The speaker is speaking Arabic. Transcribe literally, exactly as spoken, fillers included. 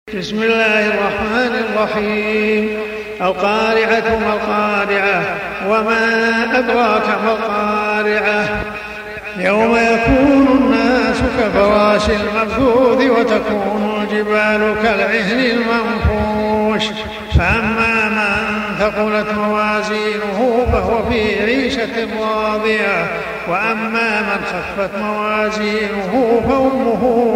بسم الله الرحمن الرحيم. القارعة ما القارعة وما أدراك ما القارعة يوم يكون الناس كفراش المبثوث وتكون الجبال كالعهن المنفوش فأما من ثقلت موازينه فهو في عيشة راضية وأما من خفت موازينه فأمه